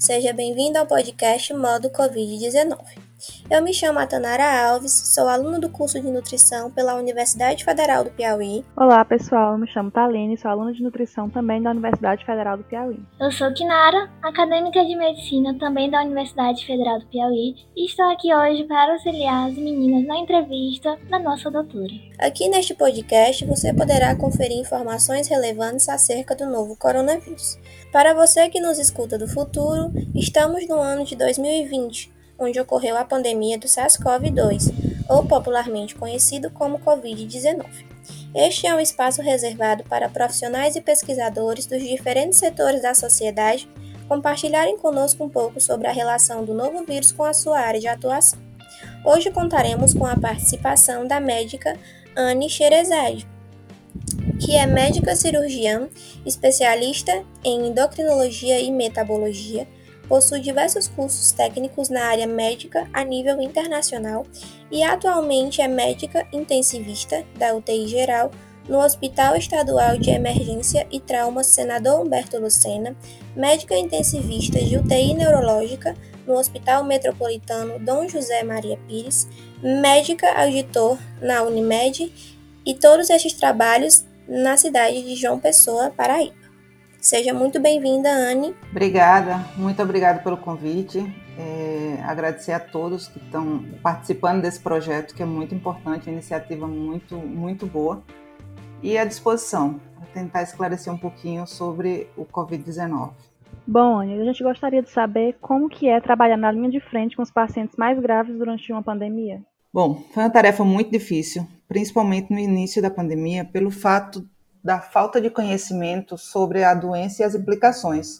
Seja bem-vindo ao podcast Modo Covid-19. Eu me chamo Atanara Alves, sou aluna do curso de Nutrição pela Universidade Federal do Piauí. Olá pessoal, eu me chamo Thaline, sou aluna de Nutrição também da Universidade Federal do Piauí. Eu sou Kinara, acadêmica de Medicina também da Universidade Federal do Piauí e estou aqui hoje para auxiliar as meninas na entrevista da nossa doutora. Aqui neste podcast você poderá conferir informações relevantes acerca do novo coronavírus. Para você que nos escuta do futuro, estamos no ano de 2020, onde ocorreu a pandemia do SARS-CoV-2, ou popularmente conhecido como Covid-19. Este é um espaço reservado para profissionais e pesquisadores dos diferentes setores da sociedade compartilharem conosco um pouco sobre a relação do novo vírus com a sua área de atuação. Hoje contaremos com a participação da médica Anne Sherazade, que é médica cirurgiã, especialista em endocrinologia e metabologia, possui diversos cursos técnicos na área médica a nível internacional e atualmente é médica intensivista da UTI Geral no Hospital Estadual de Emergência e Trauma Senador Humberto Lucena, médica intensivista de UTI Neurológica no Hospital Metropolitano Dom José Maria Pires, médica auditor na Unimed e todos estes trabalhos na cidade de João Pessoa, Paraíba. Seja muito bem-vinda, Anne. Muito obrigada pelo convite. Agradecer a todos que estão participando desse projeto, que é muito importante, uma iniciativa muito boa. E à disposição, para tentar esclarecer um pouquinho sobre o Covid-19. Bom, Anne, a gente gostaria de saber como que é trabalhar na linha de frente com os pacientes mais graves durante uma pandemia. Bom, foi uma tarefa muito difícil, principalmente no início da pandemia, pelo fato da falta de conhecimento sobre a doença e as implicações.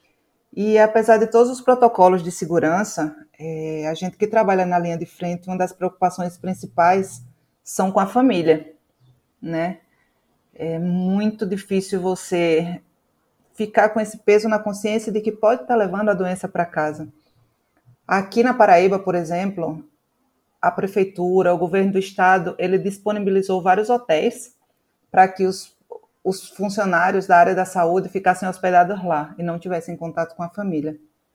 E apesar de todos os protocolos de segurança, a gente que trabalha na linha de frente, uma das preocupações principais são com a família, né? É muito difícil você ficar com esse peso na consciência de que pode estar levando a doença para casa. Aqui na Paraíba, por exemplo, a prefeitura, o governo do estado, ele disponibilizou vários hotéis para que os funcionários da área da saúde ficassem hospedados lá e não tivessem contato com a família.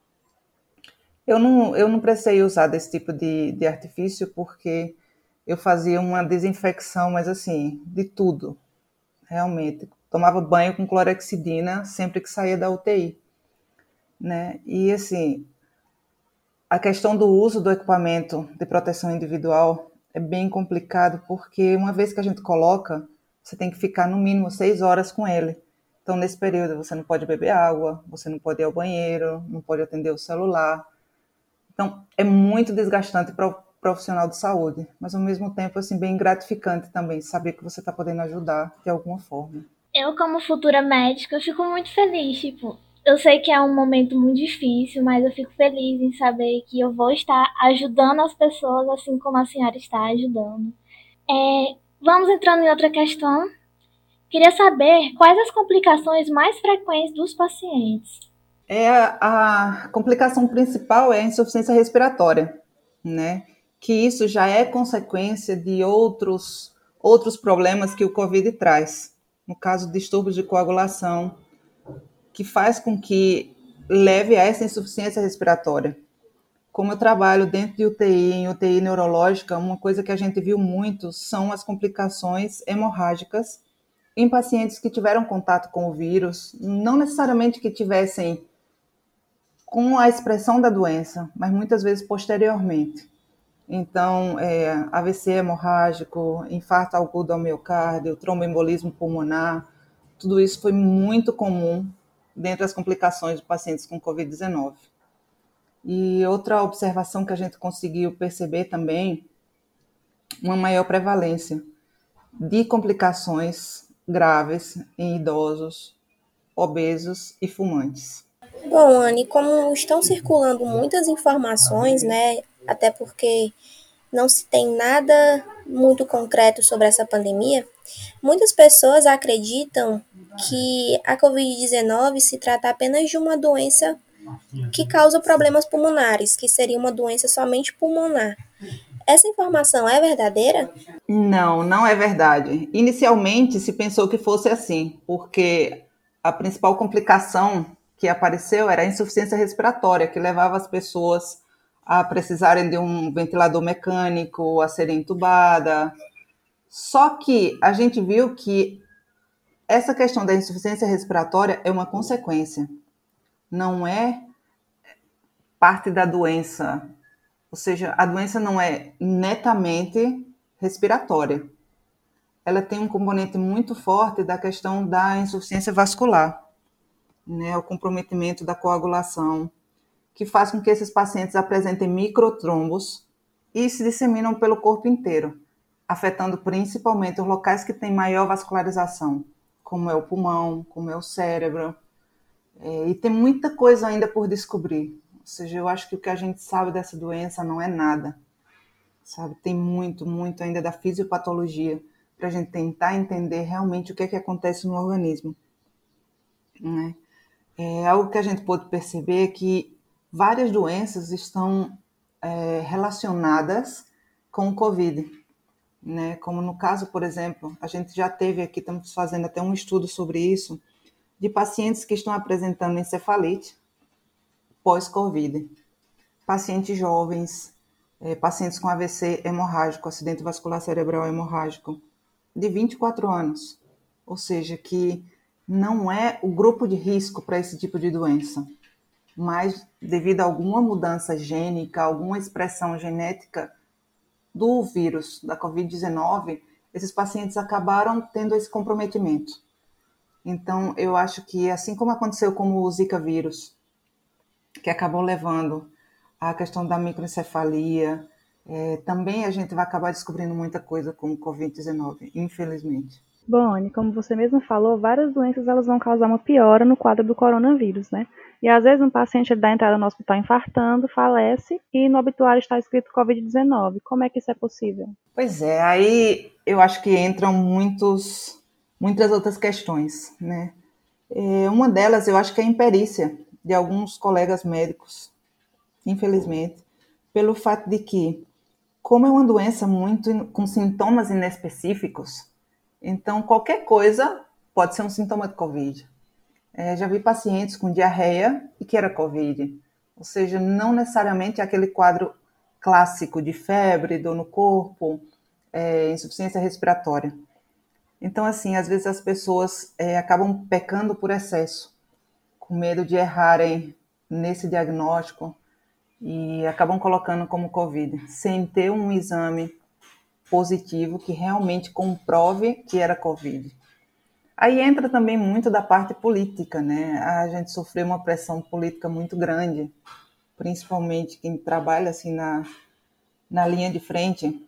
Eu não precisei usar desse tipo de artifício porque eu fazia uma desinfecção, mas assim, de tudo, realmente. Tomava banho com clorexidina sempre que saía da UTI, né? E assim, a questão do uso do equipamento de proteção individual é bem complicado porque uma vez que a gente coloca, você tem que ficar no mínimo 6 horas com ele. Então, nesse período, você não pode beber água, você não pode ir ao banheiro, não pode atender o celular. Então, é muito desgastante para o profissional de saúde, mas ao mesmo tempo, assim, bem gratificante também, saber que você está podendo ajudar de alguma forma. Eu, como futura médica, fico muito feliz, eu sei que é um momento muito difícil, mas eu fico feliz em saber que eu vou estar ajudando as pessoas assim como a senhora está ajudando. Vamos entrando em outra questão. Queria saber quais as complicações mais frequentes dos pacientes. A complicação principal é a insuficiência respiratória, né? Que isso já é consequência de outros problemas que o Covid traz. No caso, distúrbios de coagulação, que faz com que leve a essa insuficiência respiratória. Como eu trabalho dentro de UTI, em UTI neurológica, uma coisa que a gente viu muito são as complicações hemorrágicas em pacientes que tiveram contato com o vírus, não necessariamente que tivessem com a expressão da doença, mas muitas vezes posteriormente. Então, AVC hemorrágico, infarto agudo ao miocárdio, tromboembolismo pulmonar, tudo isso foi muito comum dentre as complicações de pacientes com Covid-19. E outra observação que a gente conseguiu perceber também, uma maior prevalência de complicações graves em idosos, obesos e fumantes. Bom, Anne, como estão circulando muitas informações, né, até porque não se tem nada muito concreto sobre essa pandemia, muitas pessoas acreditam que a Covid-19 se trata apenas de uma doença que causa problemas pulmonares, que seria uma doença somente pulmonar. Essa informação é verdadeira? Não é verdade. Inicialmente se pensou que fosse assim, porque a principal complicação que apareceu era a insuficiência respiratória, que levava as pessoas a precisarem de um ventilador mecânico, a serem entubadas. Só que a gente viu que essa questão da insuficiência respiratória é uma consequência, não é parte da doença. Ou seja, a doença não é netamente respiratória. Ela tem um componente muito forte da questão da insuficiência vascular, né? O comprometimento da coagulação, que faz com que esses pacientes apresentem microtrombos e se disseminam pelo corpo inteiro, afetando principalmente os locais que têm maior vascularização, como é o pulmão, como é o cérebro. E tem muita coisa ainda por descobrir. Ou seja, eu acho que o que a gente sabe dessa doença não é nada. Sabe? Tem muito, muito ainda da fisiopatologia para a gente tentar entender realmente o que é que acontece no organismo. Né? Algo que a gente pode perceber é que várias doenças estão relacionadas com o Covid. Né? Como no caso, por exemplo, a gente já teve aqui, estamos fazendo até um estudo sobre isso, de pacientes que estão apresentando encefalite pós-Covid. Pacientes jovens, pacientes com AVC hemorrágico, acidente vascular cerebral hemorrágico, de 24 anos. Ou seja, que não é o grupo de risco para esse tipo de doença, mas devido a alguma mudança gênica, alguma expressão genética do vírus da Covid-19, esses pacientes acabaram tendo esse comprometimento. Então, eu acho que, assim como aconteceu com o Zika vírus, que acabou levando à questão da microencefalia, também a gente vai acabar descobrindo muita coisa com o Covid-19, infelizmente. Bom, Anne, como você mesmo falou, várias doenças elas vão causar uma piora no quadro do coronavírus, né? E às vezes um paciente dá entrada no hospital infartando, falece e no obituário está escrito Covid-19. Como é que isso é possível? Pois é, aí eu acho que entram muitas outras questões, né? Uma delas eu acho que é a imperícia de alguns colegas médicos, infelizmente, pelo fato de que, como é uma doença muito com sintomas inespecíficos, então qualquer coisa pode ser um sintoma de Covid. Já vi pacientes com diarreia e que era Covid, ou seja, não necessariamente aquele quadro clássico de febre, dor no corpo, insuficiência respiratória. Então, assim, às vezes as pessoas acabam pecando por excesso, com medo de errarem nesse diagnóstico e acabam colocando como Covid, sem ter um exame positivo que realmente comprove que era Covid. Aí entra também muito da parte política, né? A gente sofreu uma pressão política muito grande, principalmente quem trabalha assim na linha de frente,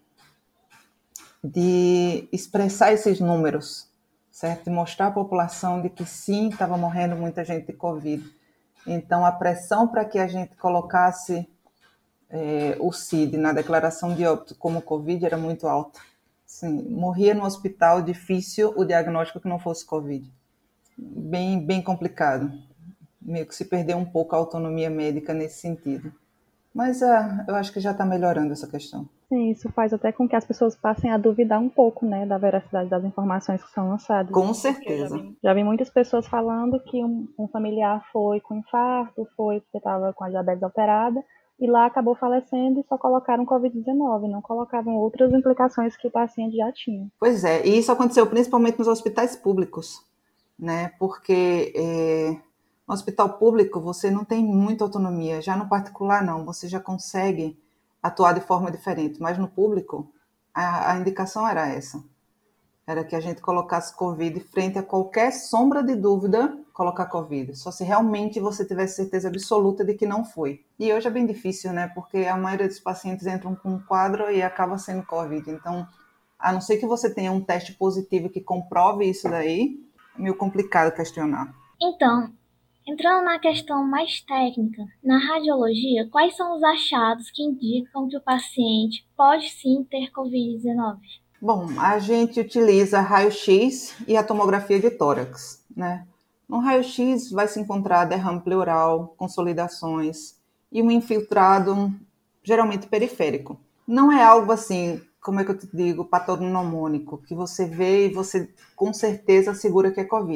de expressar esses números, certo? De mostrar à população de que sim, estava morrendo muita gente de Covid. Então, a pressão para que a gente colocasse o CID na declaração de óbito como Covid era muito alta. Sim, morria no hospital, difícil o diagnóstico que não fosse Covid. Bem complicado. Meio que se perdeu um pouco a autonomia médica nesse sentido. Mas eu acho que já está melhorando essa questão. Sim, isso faz até com que as pessoas passem a duvidar um pouco, né, da veracidade das informações que são lançadas. Com certeza. Já vi muitas pessoas falando que um familiar foi com infarto, foi porque estava com a diabetes alterada, e lá acabou falecendo e só colocaram Covid-19, não colocavam outras implicações que o paciente já tinha. Pois é, e isso aconteceu principalmente nos hospitais públicos, né? Porque no hospital público você não tem muita autonomia, já no particular não, você já consegue atuar de forma diferente, mas no público a indicação era essa, era que a gente colocasse Covid frente a qualquer sombra de dúvida, colocar Covid, só se realmente você tivesse certeza absoluta de que não foi. E hoje é bem difícil, né, porque a maioria dos pacientes entram com um quadro e acaba sendo Covid, então, a não ser que você tenha um teste positivo que comprove isso daí, é meio complicado questionar. Então, entrando na questão mais técnica, na radiologia, quais são os achados que indicam que o paciente pode sim ter Covid-19? Bom, a gente utiliza raio-x e a tomografia de tórax, né? No raio-x vai se encontrar derrame pleural, consolidações e um infiltrado geralmente periférico. Não é algo assim, como é que eu te digo, patognomônico, que você vê e você com certeza assegura que é Covid.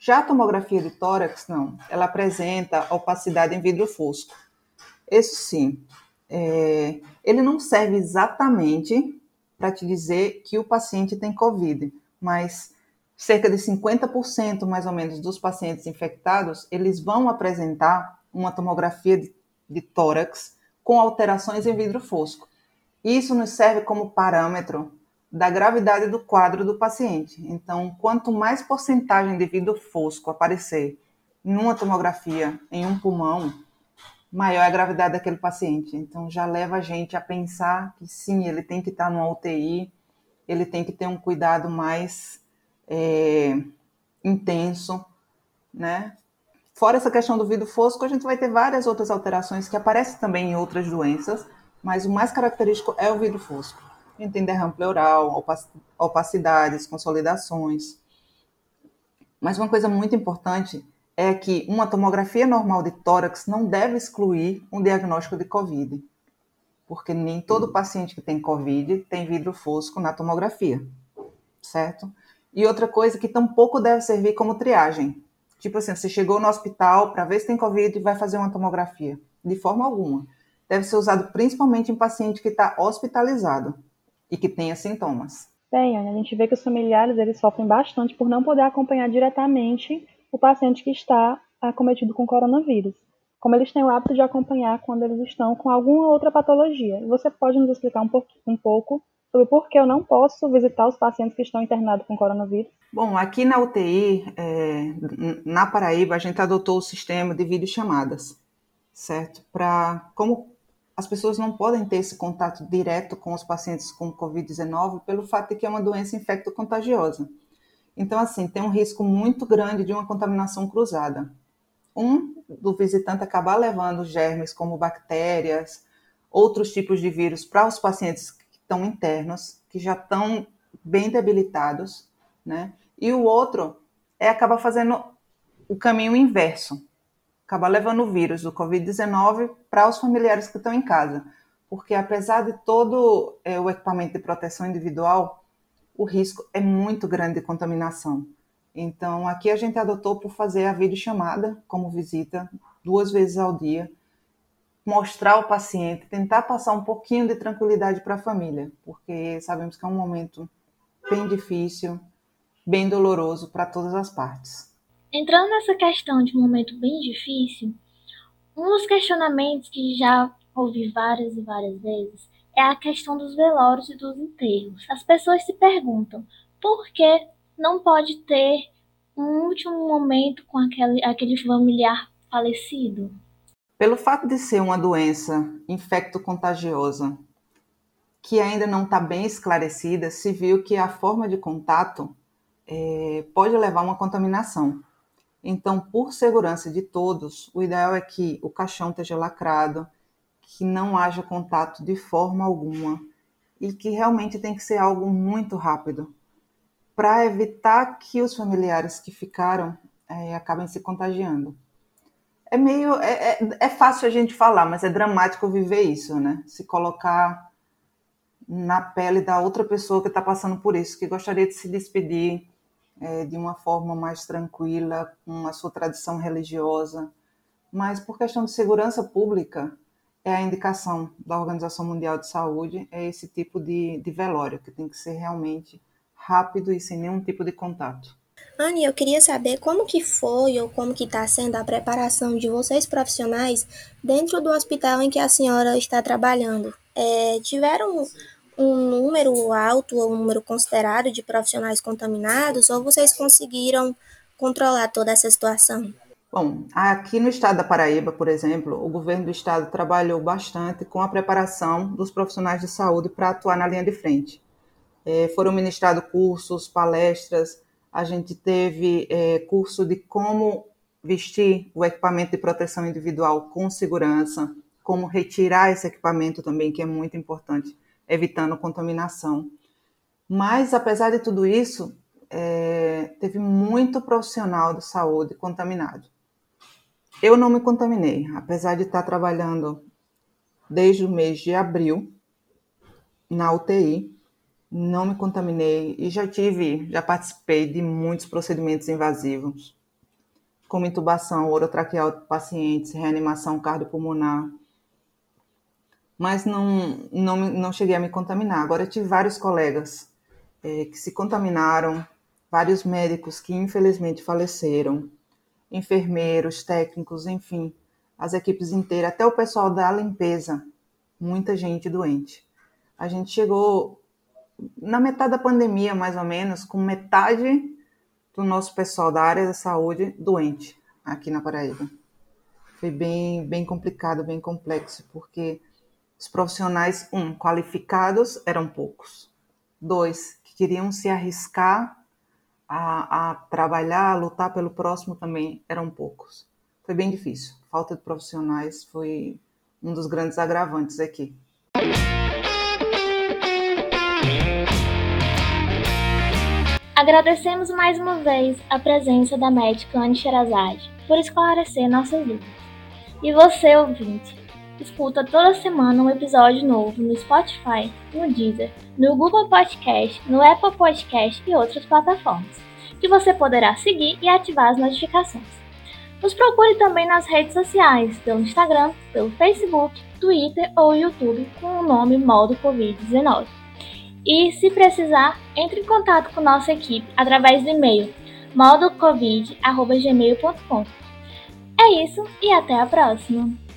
Já a tomografia de tórax, não, ela apresenta opacidade em vidro fosco. Isso sim, ele não serve exatamente para te dizer que o paciente tem COVID, mas cerca de 50% mais ou menos dos pacientes infectados, eles vão apresentar uma tomografia de tórax com alterações em vidro fosco. Isso nos serve como parâmetro da gravidade do quadro do paciente. Então, quanto mais porcentagem de vidro fosco aparecer numa tomografia em um pulmão, maior é a gravidade daquele paciente. Então, já leva a gente a pensar que sim, ele tem que estar numa UTI, ele tem que ter um cuidado mais intenso, né? Fora essa questão do vidro fosco, a gente vai ter várias outras alterações que aparecem também em outras doenças, mas o mais característico é o vidro fosco. A gente tem derrame pleural, opacidades, consolidações. Mas uma coisa muito importante é que uma tomografia normal de tórax não deve excluir um diagnóstico de COVID, porque nem todo paciente que tem COVID tem vidro fosco na tomografia, certo? E outra coisa que tampouco deve servir como triagem. Tipo assim, você chegou no hospital para ver se tem COVID e vai fazer uma tomografia. De forma alguma. Deve ser usado principalmente em paciente que está hospitalizado e que tenha sintomas. Bem, a gente vê que os familiares eles sofrem bastante por não poder acompanhar diretamente o paciente que está acometido com coronavírus, como eles têm o hábito de acompanhar quando eles estão com alguma outra patologia. Você pode nos explicar um pouco sobre por que eu não posso visitar os pacientes que estão internados com coronavírus? Bom, aqui na UTI, na Paraíba, a gente adotou o sistema de videochamadas, certo? Como as pessoas não podem ter esse contato direto com os pacientes com Covid-19 pelo fato de que é uma doença infecto-contagiosa. Então, assim, tem um risco muito grande de uma contaminação cruzada. Do visitante acabar levando germes como bactérias, outros tipos de vírus para os pacientes que estão internos, que já estão bem debilitados, né? E o outro acabar fazendo o caminho inverso, acabar levando o vírus do Covid-19 para os familiares que estão em casa. Porque apesar de todo o equipamento de proteção individual, o risco é muito grande de contaminação. Então, aqui a gente adotou por fazer a videochamada como visita 2 vezes ao dia, mostrar ao paciente, tentar passar um pouquinho de tranquilidade para a família, porque sabemos que é um momento bem difícil, bem doloroso para todas as partes. Entrando nessa questão de um momento bem difícil, um dos questionamentos que já ouvi várias e várias vezes é a questão dos velórios e dos enterros. As pessoas se perguntam por que não pode ter um último momento com aquele familiar falecido? Pelo fato de ser uma doença infecto-contagiosa que ainda não está bem esclarecida, se viu que a forma de contato pode levar a uma contaminação. Então, por segurança de todos, o ideal é que o caixão esteja lacrado, que não haja contato de forma alguma e que realmente tem que ser algo muito rápido para evitar que os familiares que ficaram acabem se contagiando. É fácil a gente falar, mas é dramático viver isso, né? Se colocar na pele da outra pessoa que está passando por isso, que gostaria de se despedir de uma forma mais tranquila, com a sua tradição religiosa, mas por questão de segurança pública, é a indicação da Organização Mundial de Saúde, é esse tipo de velório, que tem que ser realmente rápido e sem nenhum tipo de contato. Anne, eu queria saber como que foi ou como que está sendo a preparação de vocês profissionais dentro do hospital em que a senhora está trabalhando. Tiveram um número alto ou um número considerado de profissionais contaminados ou vocês conseguiram controlar toda essa situação? Bom, aqui no estado da Paraíba, por exemplo, o governo do estado trabalhou bastante com a preparação dos profissionais de saúde para atuar na linha de frente. Foram ministrados cursos, palestras, a gente teve curso de como vestir o equipamento de proteção individual com segurança, como retirar esse equipamento também, que é muito importante, evitando contaminação. Mas, apesar de tudo isso, teve muito profissional de saúde contaminado. Eu não me contaminei, apesar de estar trabalhando desde o mês de abril na UTI, não me contaminei e já participei de muitos procedimentos invasivos, como intubação orotraqueal de pacientes, reanimação cardiopulmonar, mas não cheguei a me contaminar. Agora, eu tive vários colegas que se contaminaram, vários médicos que infelizmente faleceram, enfermeiros, técnicos, enfim, as equipes inteiras, até o pessoal da limpeza, muita gente doente. A gente chegou na metade da pandemia, mais ou menos, com metade do nosso pessoal da área da saúde doente aqui na Paraíba. Foi bem complicado, bem complexo, porque os profissionais, qualificados eram poucos. 2, que queriam se arriscar a trabalhar, a lutar pelo próximo também eram poucos. Foi bem difícil. Falta de profissionais foi um dos grandes agravantes aqui. Agradecemos mais uma vez a presença da médica Anne Sherazade por esclarecer nossas dúvidas. E você, ouvinte, escuta toda semana um episódio novo no Spotify, no Deezer, no Google Podcast, no Apple Podcast e outras plataformas, que você poderá seguir e ativar as notificações. Nos procure também nas redes sociais, pelo Instagram, pelo Facebook, Twitter ou YouTube com o nome Modo Covid-19. E, se precisar, entre em contato com nossa equipe através do e-mail modocovid@gmail.com. É isso e até a próxima!